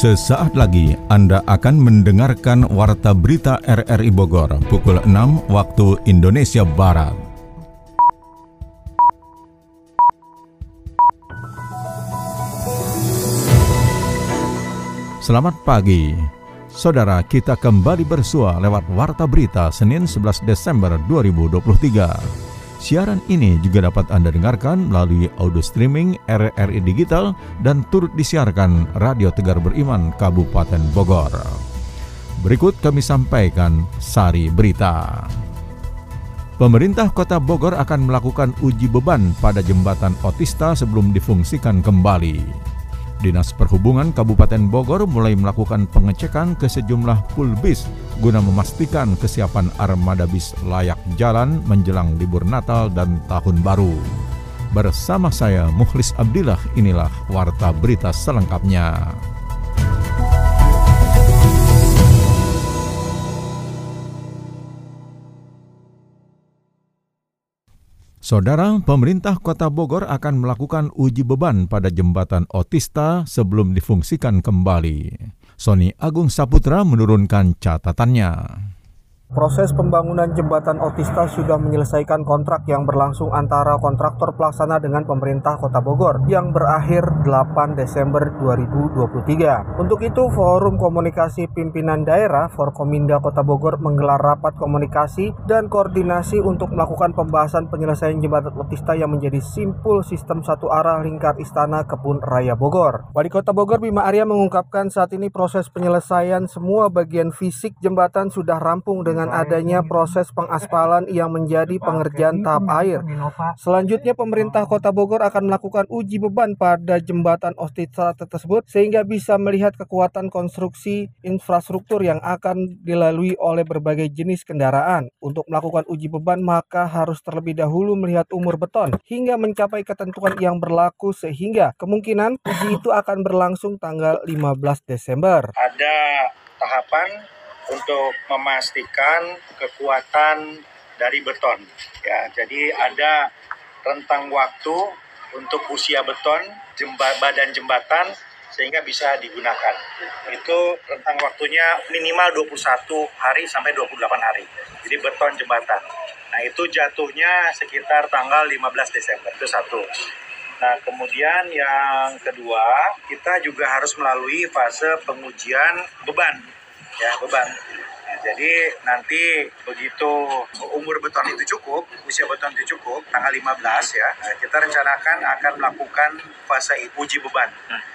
Sesaat lagi Anda akan mendengarkan Warta Berita RRI Bogor pukul 6 waktu Indonesia Barat. Selamat pagi, saudara. Kita kembali bersua lewat Warta Berita Senin 11 Desember 2023. Siaran ini juga dapat Anda dengarkan melalui audio streaming RRI Digital dan turut disiarkan Radio Tegar Beriman Kabupaten Bogor. Berikut kami sampaikan sari berita. Pemerintah Kota Bogor akan melakukan uji beban pada jembatan Otista sebelum difungsikan kembali. Dinas Perhubungan Kabupaten Bogor mulai melakukan pengecekan ke sejumlah pool bis guna memastikan kesiapan armada bis layak jalan menjelang libur Natal dan Tahun Baru. Bersama saya Mukhlis Abdillah, inilah Warta Berita selengkapnya. Saudara, pemerintah Kota Bogor akan melakukan uji beban pada jembatan Otista sebelum difungsikan kembali. Sony Agung Saputra menurunkan catatannya. Proses pembangunan jembatan Otista sudah menyelesaikan kontrak yang berlangsung antara kontraktor pelaksana dengan pemerintah Kota Bogor yang berakhir 8 Desember 2023. Untuk itu, Forum Komunikasi Pimpinan Daerah Forkominda Kota Bogor menggelar rapat komunikasi dan koordinasi untuk melakukan pembahasan penyelesaian jembatan Otista yang menjadi simpul sistem satu arah lingkar Istana Kebun Raya Bogor. Wali Kota Bogor Bima Arya mengungkapkan saat ini proses penyelesaian semua bagian fisik jembatan sudah rampung dengan adanya proses pengaspalan yang menjadi pengerjaan tahap air. Selanjutnya, pemerintah Kota Bogor akan melakukan uji beban pada jembatan Otista tersebut sehingga bisa melihat kekuatan konstruksi infrastruktur yang akan dilalui oleh berbagai jenis kendaraan. Untuk melakukan uji beban, maka harus terlebih dahulu melihat umur beton hingga mencapai ketentuan yang berlaku sehingga kemungkinan uji itu akan berlangsung tanggal 15 Desember. Ada tahapan untuk memastikan kekuatan dari beton. Ya, jadi ada rentang waktu untuk usia beton, badan jembatan sehingga bisa digunakan. Itu rentang waktunya minimal 21 hari sampai 28 hari. Jadi beton jembatan. Nah, itu jatuhnya sekitar tanggal 15 Desember. Itu satu. Nah, kemudian yang kedua, kita juga harus melalui fase pengujian beban. Ya, beban. Nah, jadi nanti begitu umur beton itu cukup, usia beton itu cukup, tanggal 15 ya, kita rencanakan akan melakukan fase uji beban.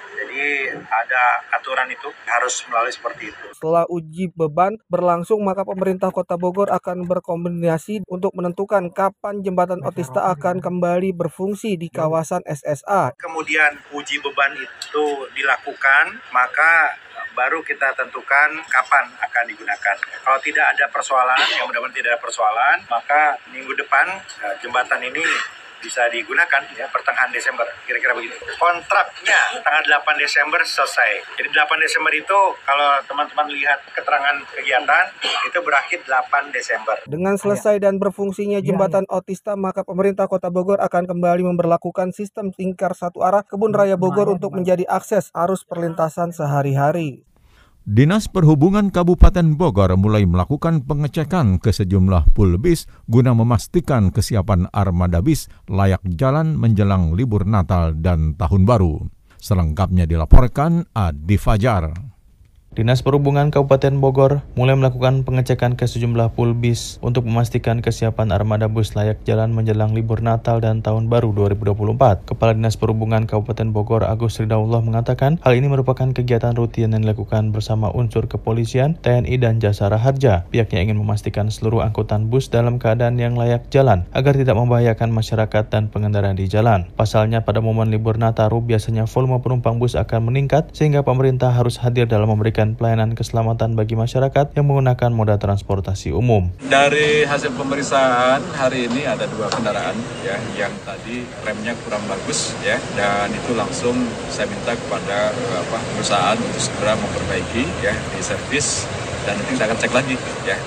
Jadi ada aturan itu harus melalui seperti itu. Setelah uji beban berlangsung, maka pemerintah Kota Bogor akan berkoordinasi untuk menentukan kapan jembatan Otista akan kembali berfungsi di kawasan SSA. Kemudian uji beban itu dilakukan, maka baru kita tentukan kapan akan digunakan. Kalau tidak ada persoalan, yang mudah-mudahan tidak ada persoalan, maka minggu depan jembatan ini bisa digunakan ya, pertengahan Desember, kira-kira begitu. Kontraknya tanggal 8 Desember selesai. Jadi 8 Desember itu kalau teman-teman lihat keterangan kegiatan itu berakhir 8 Desember. Dengan selesai dan berfungsinya jembatan Otista, maka pemerintah Kota Bogor akan kembali memberlakukan sistem lingkar satu arah Kebun Raya Bogor untuk menjadi akses arus perlintasan sehari-hari. Dinas Perhubungan Kabupaten Bogor mulai melakukan pengecekan ke sejumlah pool bis guna memastikan kesiapan armada bis layak jalan menjelang libur Natal dan Tahun Baru. Selengkapnya dilaporkan Adi Fajar. Dinas Perhubungan Kabupaten Bogor mulai melakukan pengecekan ke sejumlah pool bis untuk memastikan kesiapan armada bus layak jalan menjelang libur Natal dan Tahun Baru 2024. Kepala Dinas Perhubungan Kabupaten Bogor Agus Ridaullah mengatakan hal ini merupakan kegiatan rutin yang dilakukan bersama unsur kepolisian, TNI, dan Jasara Harja. Pihaknya ingin memastikan seluruh angkutan bus dalam keadaan yang layak jalan agar tidak membahayakan masyarakat dan pengendara di jalan. Pasalnya pada momen libur Nataru biasanya volume penumpang bus akan meningkat sehingga pemerintah harus hadir dalam memberikan pelayanan keselamatan bagi masyarakat yang menggunakan moda transportasi umum. Dari hasil pemeriksaan hari ini ada 2 kendaraan ya yang tadi remnya kurang bagus ya, dan itu langsung saya minta kepada perusahaan untuk segera memperbaiki ya, di servis, dan nanti kita akan cek lagi ya setelah ini.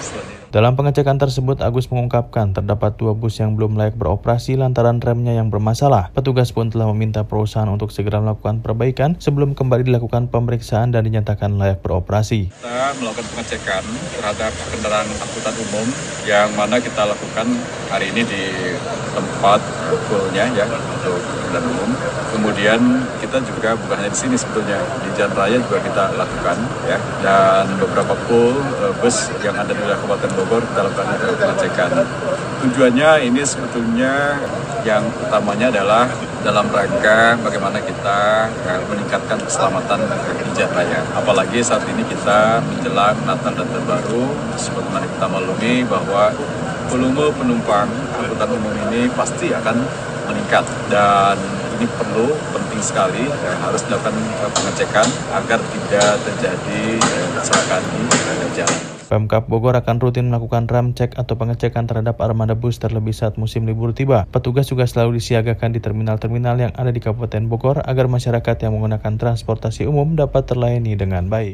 Dalam pengecekan tersebut, Agus mengungkapkan terdapat 2 bus yang belum layak beroperasi lantaran remnya yang bermasalah. Petugas pun telah meminta perusahaan untuk segera melakukan perbaikan sebelum kembali dilakukan pemeriksaan dan dinyatakan layak beroperasi. Kita melakukan pengecekan terhadap kendaraan angkutan umum yang mana kita lakukan hari ini di tempat poolnya ya untuk kendaraan umum. Kemudian kita juga bukan hanya di sini sebetulnya, di jalan raya juga kita lakukan ya, dan beberapa pool bus yang ada di wilayah Kabupaten Bogor kita lakukan pengecekan. Tujuannya ini sebetulnya yang utamanya adalah dalam rangka bagaimana kita meningkatkan keselamatan di jalan raya. Apalagi saat ini kita menjelang Natal dan Tahun Baru, sebagaimana kita maklumi bahwa volume penumpang angkutan umum ini pasti akan meningkat, dan ini penting sekali harus dilakukan pengecekan agar tidak terjadi kecelakaan di jalan. Pemkab Bogor akan rutin melakukan ram cek atau pengecekan terhadap armada bus terlebih saat musim libur tiba. Petugas juga selalu disiagakan di terminal-terminal yang ada di Kabupaten Bogor agar masyarakat yang menggunakan transportasi umum dapat terlayani dengan baik.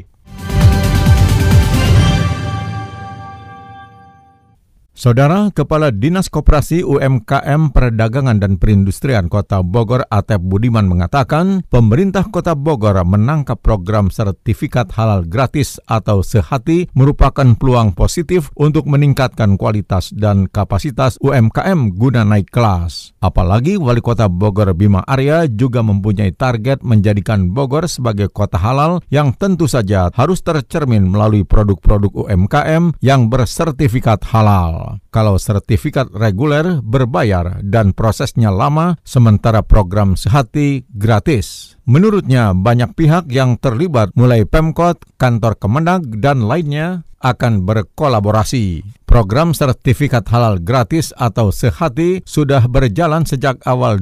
Saudara Kepala Dinas Koperasi UMKM Perdagangan dan Perindustrian Kota Bogor Atep Budiman mengatakan pemerintah Kota Bogor menangkap program sertifikat halal gratis atau Sehati merupakan peluang positif untuk meningkatkan kualitas dan kapasitas UMKM guna naik kelas. Apalagi Wali Kota Bogor Bima Arya juga mempunyai target menjadikan Bogor sebagai kota halal yang tentu saja harus tercermin melalui produk-produk UMKM yang bersertifikat halal. Kalau sertifikat reguler berbayar dan prosesnya lama, sementara program Sehati gratis. Menurutnya, banyak pihak yang terlibat mulai Pemkot, kantor Kemenag, dan lainnya akan berkolaborasi. Program sertifikat halal gratis atau Sehati sudah berjalan sejak awal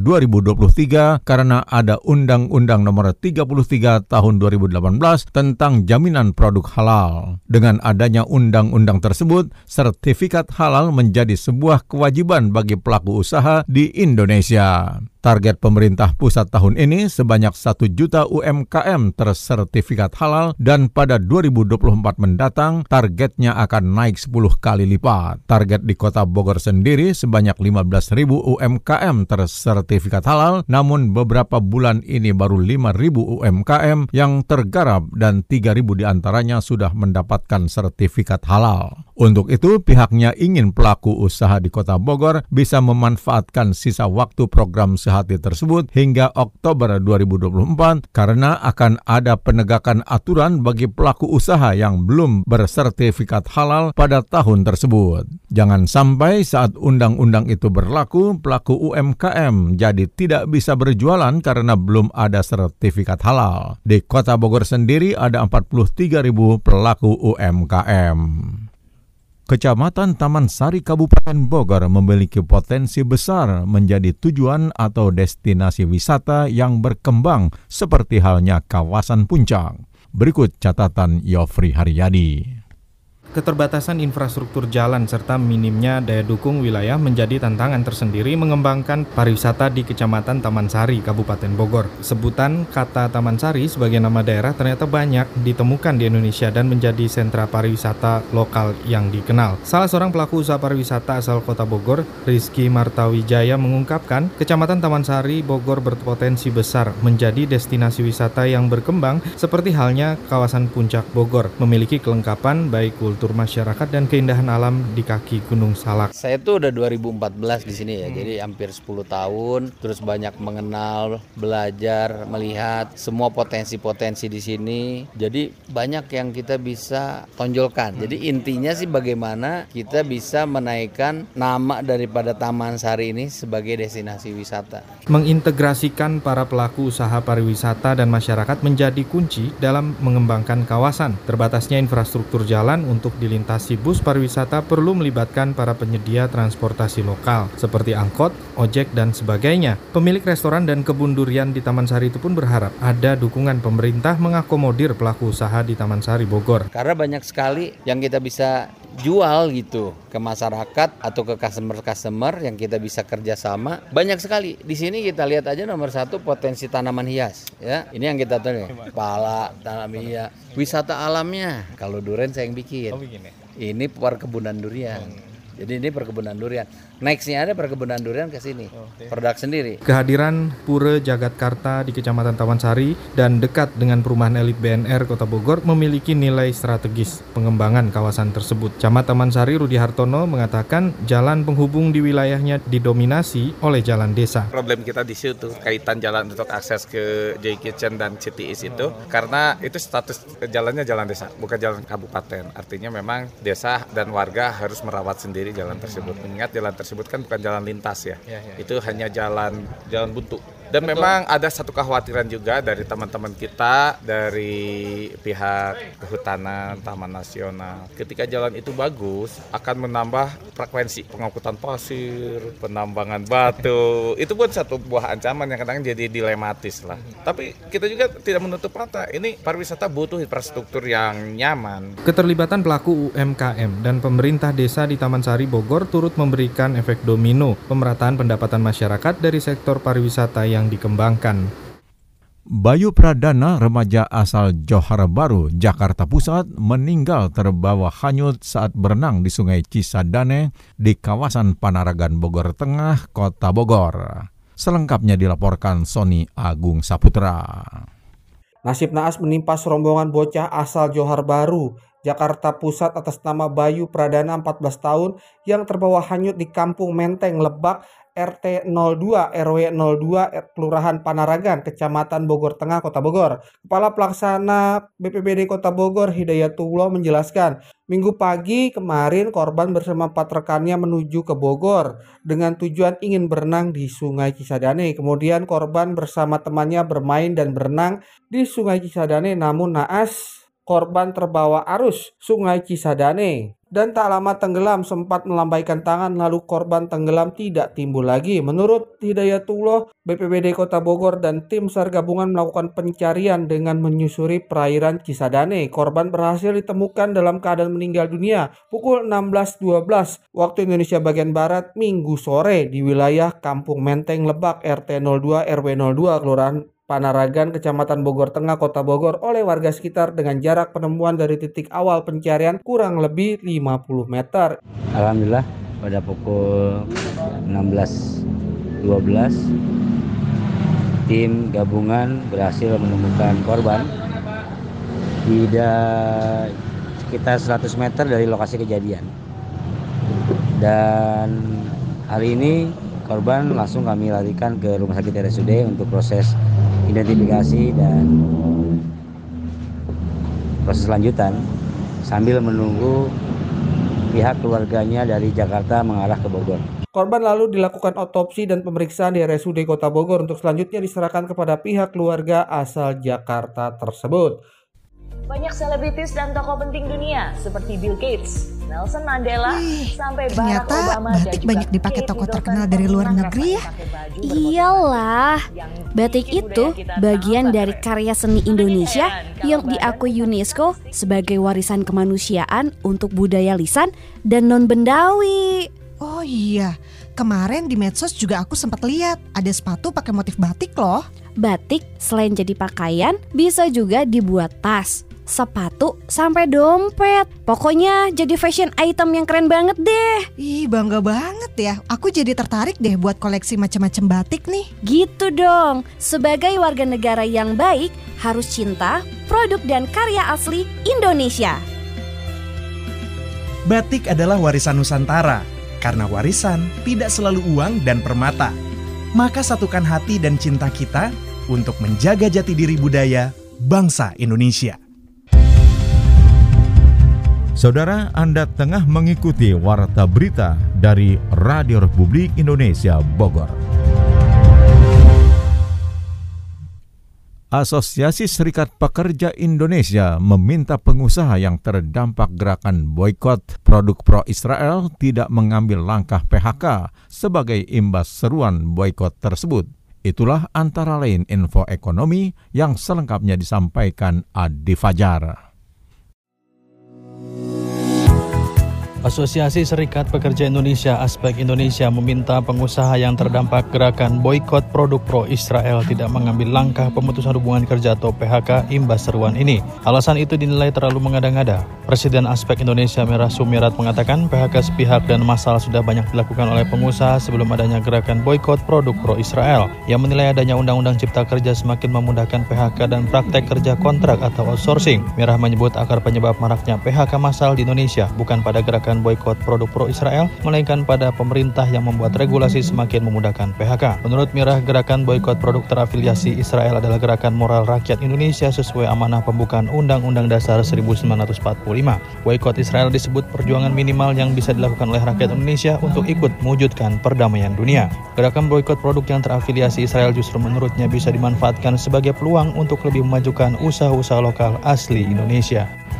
2023 karena ada Undang-Undang Nomor 33 Tahun 2018 tentang jaminan produk halal. Dengan adanya undang-undang tersebut, sertifikat halal menjadi sebuah kewajiban bagi pelaku usaha di Indonesia. Target pemerintah pusat tahun ini sebanyak 1 juta UMKM tersertifikat halal dan pada 2024 mendatang targetnya akan naik 10 kali lipat. Target di Kota Bogor sendiri sebanyak 15.000 UMKM tersertifikat halal, namun beberapa bulan ini baru 5.000 UMKM yang tergarap dan 3.000 diantaranya sudah mendapatkan sertifikat halal. Untuk itu, pihaknya ingin pelaku usaha di Kota Bogor bisa memanfaatkan sisa waktu program Sehati tersebut hingga Oktober 2024 karena akan ada penegakan aturan bagi pelaku usaha yang belum bersertifikat halal pada tahun tersebut. Jangan sampai saat undang-undang itu berlaku, pelaku UMKM jadi tidak bisa berjualan karena belum ada sertifikat halal. Di Kota Bogor sendiri ada 43.000 pelaku UMKM. Kecamatan Taman Sari Kabupaten Bogor memiliki potensi besar menjadi tujuan atau destinasi wisata yang berkembang seperti halnya kawasan Puncak. Berikut catatan Yofri Haryadi. Keterbatasan infrastruktur jalan serta minimnya daya dukung wilayah menjadi tantangan tersendiri mengembangkan pariwisata di Kecamatan Taman Sari, Kabupaten Bogor. Sebutan kata Taman Sari sebagai nama daerah ternyata banyak ditemukan di Indonesia dan menjadi sentra pariwisata lokal yang dikenal. Salah seorang pelaku usaha pariwisata asal Kota Bogor, Rizky Martawijaya, mengungkapkan Kecamatan Taman Sari, Bogor berpotensi besar menjadi destinasi wisata yang berkembang seperti halnya kawasan Puncak Bogor, memiliki kelengkapan baik kultur masyarakat dan keindahan alam di kaki Gunung Salak. Saya tuh udah 2014 di sini ya, jadi hampir 10 tahun, terus banyak mengenal, belajar, melihat semua potensi-potensi di sini. Jadi banyak yang kita bisa tonjolkan. Jadi intinya sih bagaimana kita bisa menaikkan nama daripada Taman Sari ini sebagai destinasi wisata. Mengintegrasikan para pelaku usaha pariwisata dan masyarakat menjadi kunci dalam mengembangkan kawasan. Terbatasnya infrastruktur jalan untuk dilintasi bus pariwisata perlu melibatkan para penyedia transportasi lokal seperti angkot, ojek, dan sebagainya. Pemilik restoran dan kebun durian di Taman Sari itu pun berharap ada dukungan pemerintah mengakomodir pelaku usaha di Taman Sari Bogor. Karena banyak sekali yang kita bisa jual gitu ke masyarakat atau ke customer yang kita bisa kerjasama. Banyak sekali. Di sini kita lihat aja nomor 1 potensi tanaman hias. Ya, ini yang kita tahu, pala, tanaman hias. Wisata alamnya, kalau durian saya yang bikin. Ini perkebunan durian. Jadi ini perkebunan durian. Nextnya ada perkebunan durian ke sini. Produk sendiri. Kehadiran Pura Jagatkarta di Kecamatan Tawansari dan dekat dengan perumahan elit BNR Kota Bogor memiliki nilai strategis pengembangan kawasan tersebut. Camat Tawansari Rudi Hartono mengatakan jalan penghubung di wilayahnya didominasi oleh jalan desa. Problem kita di situ kaitan jalan untuk akses ke Joy Kitchen dan City East itu karena itu status jalannya jalan desa, bukan jalan kabupaten. Artinya memang desa dan warga harus merawat sendiri jalan tersebut. Mengingat jalan tersebut kan bukan jalan lintas ya. Itu hanya jalan buntu. Dan memang ada satu kekhawatiran juga dari teman-teman kita dari pihak kehutanan, Taman Nasional. Ketika jalan itu bagus, akan menambah frekuensi pengangkutan pasir, penambangan batu. Itu pun satu buah ancaman yang kadang jadi dilematis lah. Tapi kita juga tidak menutup mata. Ini pariwisata butuh infrastruktur yang nyaman. Keterlibatan pelaku UMKM dan pemerintah desa di Tawansari Bogor turut memberikan efek domino pemerataan pendapatan masyarakat dari sektor pariwisata yang dikembangkan. Bayu Pradana, remaja asal Johar Baru, Jakarta Pusat, meninggal terbawa hanyut saat berenang di Sungai Cisadane di kawasan Panaragan Bogor Tengah, Kota Bogor. Selengkapnya dilaporkan Sony Agung Saputra. Nasib naas menimpa serombongan bocah asal Johar Baru, Jakarta Pusat atas nama Bayu Pradana 14 tahun yang terbawa hanyut di Kampung Menteng, Lebak, RT 02 RW 02 Kelurahan Panaragan, Kecamatan Bogor Tengah, Kota Bogor. Kepala Pelaksana BPBD Kota Bogor, Hidayatullah, menjelaskan, Minggu pagi kemarin korban bersama 4 rekannya menuju ke Bogor dengan tujuan ingin berenang di Sungai Cisadane. Kemudian korban bersama temannya bermain dan berenang di Sungai Cisadane, namun naas korban terbawa arus Sungai Cisadane dan tak lama tenggelam, sempat melambaikan tangan lalu korban tenggelam tidak timbul lagi. Menurut Hidayatullah, BPBD Kota Bogor dan tim SAR gabungan melakukan pencarian dengan menyusuri perairan Cisadane. Korban berhasil ditemukan dalam keadaan meninggal dunia pukul 16.12 waktu Indonesia bagian Barat Minggu sore di wilayah Kampung Menteng, Lebak, RT 02 RW 02 Kelurahan Panaragan, Kecamatan Bogor Tengah, Kota Bogor oleh warga sekitar dengan jarak penemuan dari titik awal pencarian kurang lebih 50 meter. Alhamdulillah pada pukul 16.12 tim gabungan berhasil menemukan korban di sekitar 100 meter dari lokasi kejadian. Dan hari ini korban langsung kami larikan ke Rumah Sakit RSUD untuk proses identifikasi dan proses lanjutan sambil menunggu pihak keluarganya dari Jakarta mengarah ke Bogor. Korban lalu dilakukan otopsi dan pemeriksaan di RSUD Kota Bogor untuk selanjutnya diserahkan kepada pihak keluarga asal Jakarta tersebut. Banyak selebritis dan tokoh penting dunia seperti Bill Gates, Nelson Mandela, sampai Barack Obama batik banyak dipakai tokoh terkenal dari luar negeri ya? Iyalah, batik itu bagian dari karya seni Indonesia yang diakui UNESCO sebagai warisan kemanusiaan untuk budaya lisan dan non-bendawi. Oh iya, kemarin di medsos juga aku sempat lihat ada sepatu pakai motif batik loh. Batik selain jadi pakaian bisa juga dibuat tas, sepatu, sampai dompet. Pokoknya jadi fashion item yang keren banget deh. Ih, bangga banget ya. Aku jadi tertarik deh buat koleksi macam-macam batik nih. Gitu dong. Sebagai warga negara yang baik, harus cinta produk dan karya asli Indonesia. Batik adalah warisan Nusantara. Karena warisan tidak selalu uang dan permata. Maka satukan hati dan cinta kita untuk menjaga jati diri budaya bangsa Indonesia. Saudara, Anda tengah mengikuti Warta Berita dari Radio Republik Indonesia Bogor. Asosiasi Serikat Pekerja Indonesia meminta pengusaha yang terdampak gerakan boikot produk pro-Israel tidak mengambil langkah PHK sebagai imbas seruan boikot tersebut. Itulah antara lain info ekonomi yang selengkapnya disampaikan Adi Fajar. Asosiasi Serikat Pekerja Indonesia Aspek Indonesia meminta pengusaha yang terdampak gerakan boikot produk pro-Israel tidak mengambil langkah pemutusan hubungan kerja atau PHK imbas seruan ini. Alasan itu dinilai terlalu mengada-ngada. Presiden Aspek Indonesia Merah Sumirat mengatakan PHK sepihak dan massal sudah banyak dilakukan oleh pengusaha sebelum adanya gerakan boikot produk pro-Israel. Ia menilai adanya Undang-Undang Cipta Kerja semakin memudahkan PHK dan praktek kerja kontrak atau outsourcing. Merah menyebut akar penyebab maraknya PHK massal di Indonesia bukan pada gerakan boikot produk pro-Israel, melainkan pada pemerintah yang membuat regulasi semakin memudahkan PHK. Menurut Merah, gerakan boikot produk terafiliasi Israel adalah gerakan moral rakyat Indonesia sesuai amanah pembukaan Undang-Undang Dasar 1945. Boikot Israel disebut perjuangan minimal yang bisa dilakukan oleh rakyat Indonesia untuk ikut mewujudkan perdamaian dunia. Gerakan boikot produk yang terafiliasi Israel justru menurutnya bisa dimanfaatkan sebagai peluang untuk lebih memajukan usaha-usaha lokal asli Indonesia.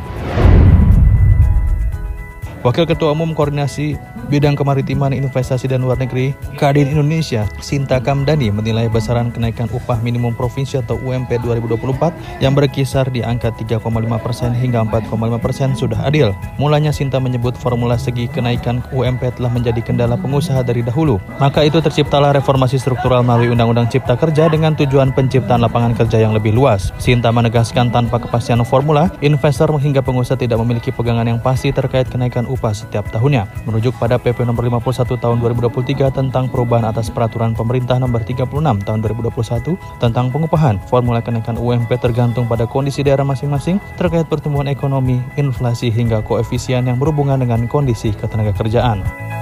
Wakil Ketua Umum Koordinasi Bidang Kemaritiman, Investasi dan Luar Negeri Kadin Indonesia, Sinta Kamdani, menilai besaran kenaikan upah minimum provinsi atau UMP 2024 yang berkisar di angka 3,5% hingga 4,5% sudah adil. Mulanya Sinta menyebut formula segi kenaikan UMP telah menjadi kendala pengusaha dari dahulu. Maka itu terciptalah reformasi struktural melalui Undang-Undang Cipta Kerja dengan tujuan penciptaan lapangan kerja yang lebih luas. Sinta menegaskan tanpa kepastian formula, investor hingga pengusaha tidak memiliki pegangan yang pasti terkait kenaikan upah setiap tahunnya. Merujuk pada PP nomor 51 tahun 2023 tentang perubahan atas peraturan pemerintah nomor 36 tahun 2021 tentang pengupahan, formula kenaikan UMP tergantung pada kondisi daerah masing-masing terkait pertumbuhan ekonomi, inflasi hingga koefisien yang berhubungan dengan kondisi ketenagakerjaan.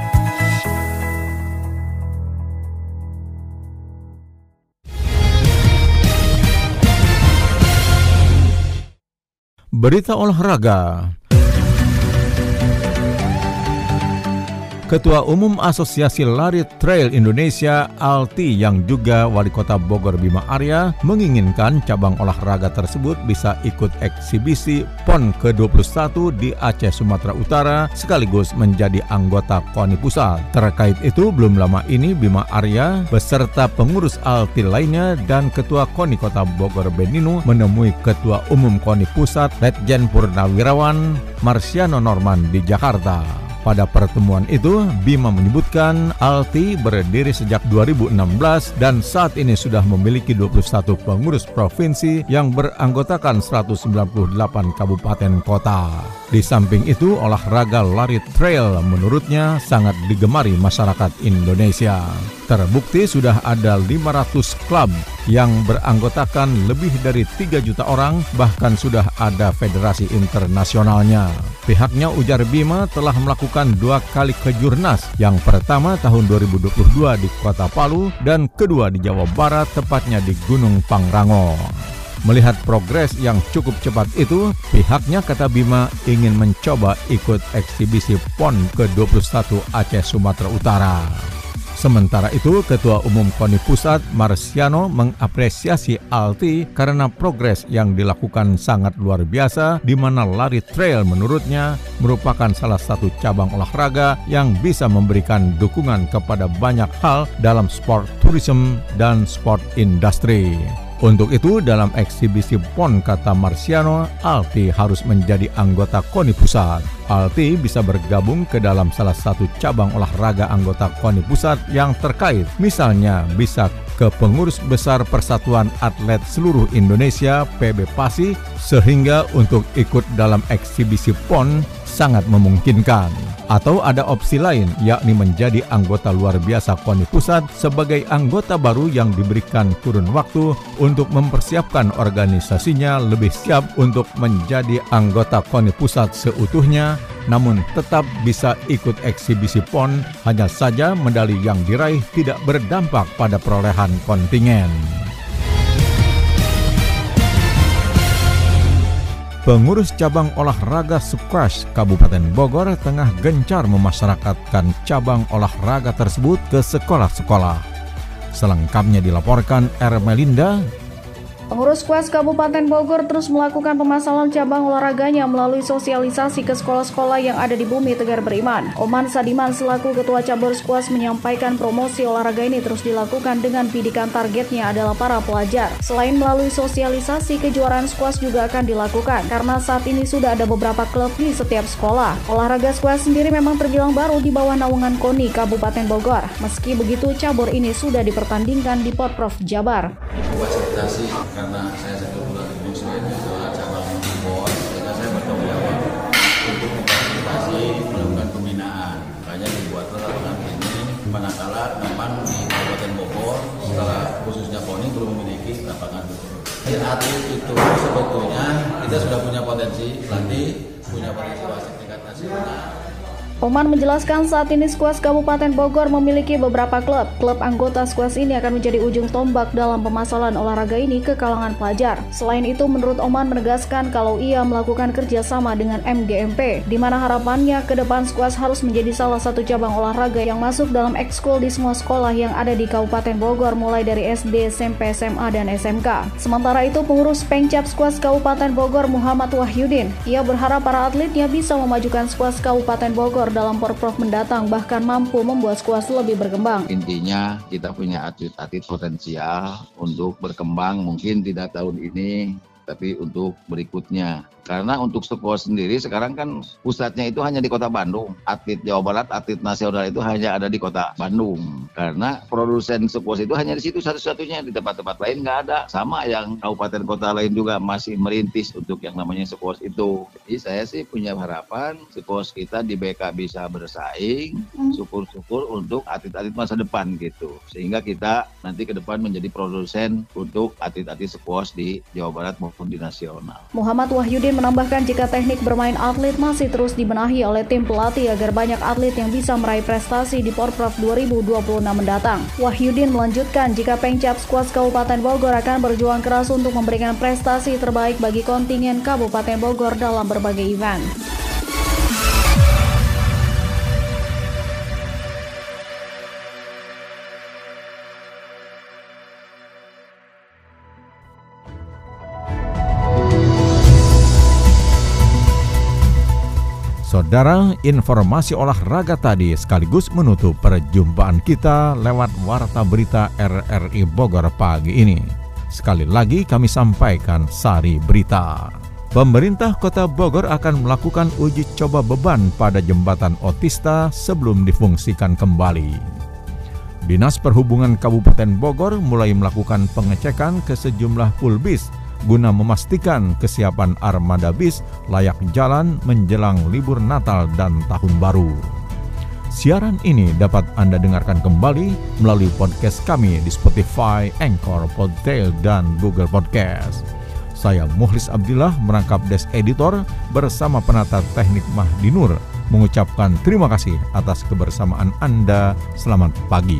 Berita olahraga. Ketua Umum Asosiasi Lari Trail Indonesia (ALTI) yang juga Wali Kota Bogor Bima Arya menginginkan cabang olahraga tersebut bisa ikut eksibisi PON ke-21 di Aceh, Sumatera Utara sekaligus menjadi anggota KONI Pusat. Terkait itu, belum lama ini Bima Arya beserta pengurus ALTI lainnya dan Ketua KONI Kota Bogor Beninu menemui Ketua Umum KONI Pusat Letjen Purnawirawan Marsiano Norman di Jakarta. Pada pertemuan itu, Bima menyebutkan ALTI berdiri sejak 2016 dan saat ini sudah memiliki 21 pengurus provinsi yang beranggotakan 198 kabupaten kota. Di samping itu, olahraga lari trail menurutnya sangat digemari masyarakat Indonesia. Terbukti sudah ada 500 klub yang beranggotakan lebih dari 3 juta orang, bahkan sudah ada federasi internasionalnya. Pihaknya, ujar Bima, telah melakukan 2 kali kejurnas. Yang pertama tahun 2022 di Kota Palu dan kedua di Jawa Barat, tepatnya di Gunung Pangrango. Melihat progres yang cukup cepat itu, pihaknya, kata Bima, ingin mencoba ikut eksibisi PON ke-21 Aceh, Sumatera Utara. Sementara itu, Ketua Umum KONI Pusat Marsiano mengapresiasi ALTI karena progres yang dilakukan sangat luar biasa, di mana lari trail menurutnya merupakan salah satu cabang olahraga yang bisa memberikan dukungan kepada banyak hal dalam sport tourism dan sport industry. Untuk itu, dalam eksibisi PON, kata Marsiano, ALTI harus menjadi anggota KONI Pusat. ALTI bisa bergabung ke dalam salah satu cabang olahraga anggota KONI Pusat yang terkait. Misalnya, bisa ke pengurus besar Persatuan Atlet Seluruh Indonesia (PB PASI), sehingga untuk ikut dalam eksibisi PON sangat memungkinkan. Atau ada opsi lain, yakni menjadi anggota luar biasa KONI Pusat sebagai anggota baru yang diberikan kurun waktu untuk mempersiapkan organisasinya lebih siap untuk menjadi anggota KONI Pusat seutuhnya, namun tetap bisa ikut eksibisi PON, hanya saja medali yang diraih tidak berdampak pada perolehan kontingen. Pengurus cabang olahraga squash Kabupaten Bogor tengah gencar memasyarakatkan cabang olahraga tersebut ke sekolah-sekolah. Selengkapnya dilaporkan Ermelinda. Pengurus squash Kabupaten Bogor terus melakukan pemasaran cabang olahraganya melalui sosialisasi ke sekolah-sekolah yang ada di Bumi Tegar Beriman. Oman Sadiman selaku Ketua Cabur Squash menyampaikan promosi olahraga ini terus dilakukan dengan bidikan targetnya adalah para pelajar. Selain melalui sosialisasi, kejuaraan squash juga akan dilakukan karena saat ini sudah ada beberapa klub di setiap sekolah. Olahraga squash sendiri memang terbilang baru di bawah naungan KONI Kabupaten Bogor. Meski begitu, cabur ini sudah dipertandingkan di Porprov Jabar. Karena saya sebagai bulan menyesuaikan cabang bawah, sehingga saya bertanggung jawab manakala memang di Kabupaten Bogor, secara khususnya PONI belum memiliki lapangan betul. Di atlet itu sebetulnya kita sudah punya potensi pelatih, punya potensi wasit tingkat nasional. Oman menjelaskan saat ini skuas Kabupaten Bogor memiliki beberapa klub. Klub anggota skuas ini akan menjadi ujung tombak dalam pemasaran olahraga ini ke kalangan pelajar. Selain itu, menurut Oman menegaskan kalau ia melakukan kerjasama dengan MGMP, di mana harapannya ke depan skuas harus menjadi salah satu cabang olahraga yang masuk dalam ekskul di semua sekolah yang ada di Kabupaten Bogor, mulai dari SD, SMP, SMA, dan SMK. Sementara itu, pengurus Pengcap skuas Kabupaten Bogor Muhammad Wahyudin, ia berharap para atletnya bisa memajukan skuas Kabupaten Bogor dalam Porprov mendatang, bahkan mampu membuat skuas lebih berkembang. Intinya kita punya atlet-atlet potensial untuk berkembang, mungkin tidak tahun ini, tapi untuk berikutnya. Karena untuk squash sendiri sekarang kan pusatnya itu hanya di Kota Bandung. Atlet Jawa Barat, atlet nasional itu hanya ada di Kota Bandung. Karena produsen squash itu hanya di situ satu-satunya, di tempat-tempat lain nggak ada. Sama yang kabupaten kota lain juga masih merintis untuk yang namanya squash itu. Jadi saya sih punya harapan squash kita di BK bisa bersaing, syukur-syukur untuk atlet-atlet masa depan gitu. Sehingga kita nanti ke depan menjadi produsen untuk atlet-atlet squash di Jawa Barat maupun di nasional. Muhammad Wahyudin menambahkan jika teknik bermain atlet masih terus dibenahi oleh tim pelatih agar banyak atlet yang bisa meraih prestasi di Porprov 2026 mendatang. Wahyudin melanjutkan jika Pengcap skuas Kabupaten Bogor akan berjuang keras untuk memberikan prestasi terbaik bagi kontingen Kabupaten Bogor dalam berbagai event. Saudara, informasi olahraga tadi sekaligus menutup perjumpaan kita lewat Warta Berita RRI Bogor pagi ini. Sekali lagi kami sampaikan sari berita. Pemerintah Kota Bogor akan melakukan uji coba beban pada jembatan Otista sebelum difungsikan kembali. Dinas Perhubungan Kabupaten Bogor mulai melakukan pengecekan ke sejumlah pul bis guna memastikan kesiapan armada bis layak jalan menjelang libur Natal dan Tahun Baru. Siaran ini dapat Anda dengarkan kembali melalui podcast kami di Spotify, Anchor, Podtail, dan Google Podcast. Saya Muhlis Abdillah merangkap Desk Editor bersama penata teknik Mahdi Nur mengucapkan terima kasih atas kebersamaan Anda. Selamat pagi.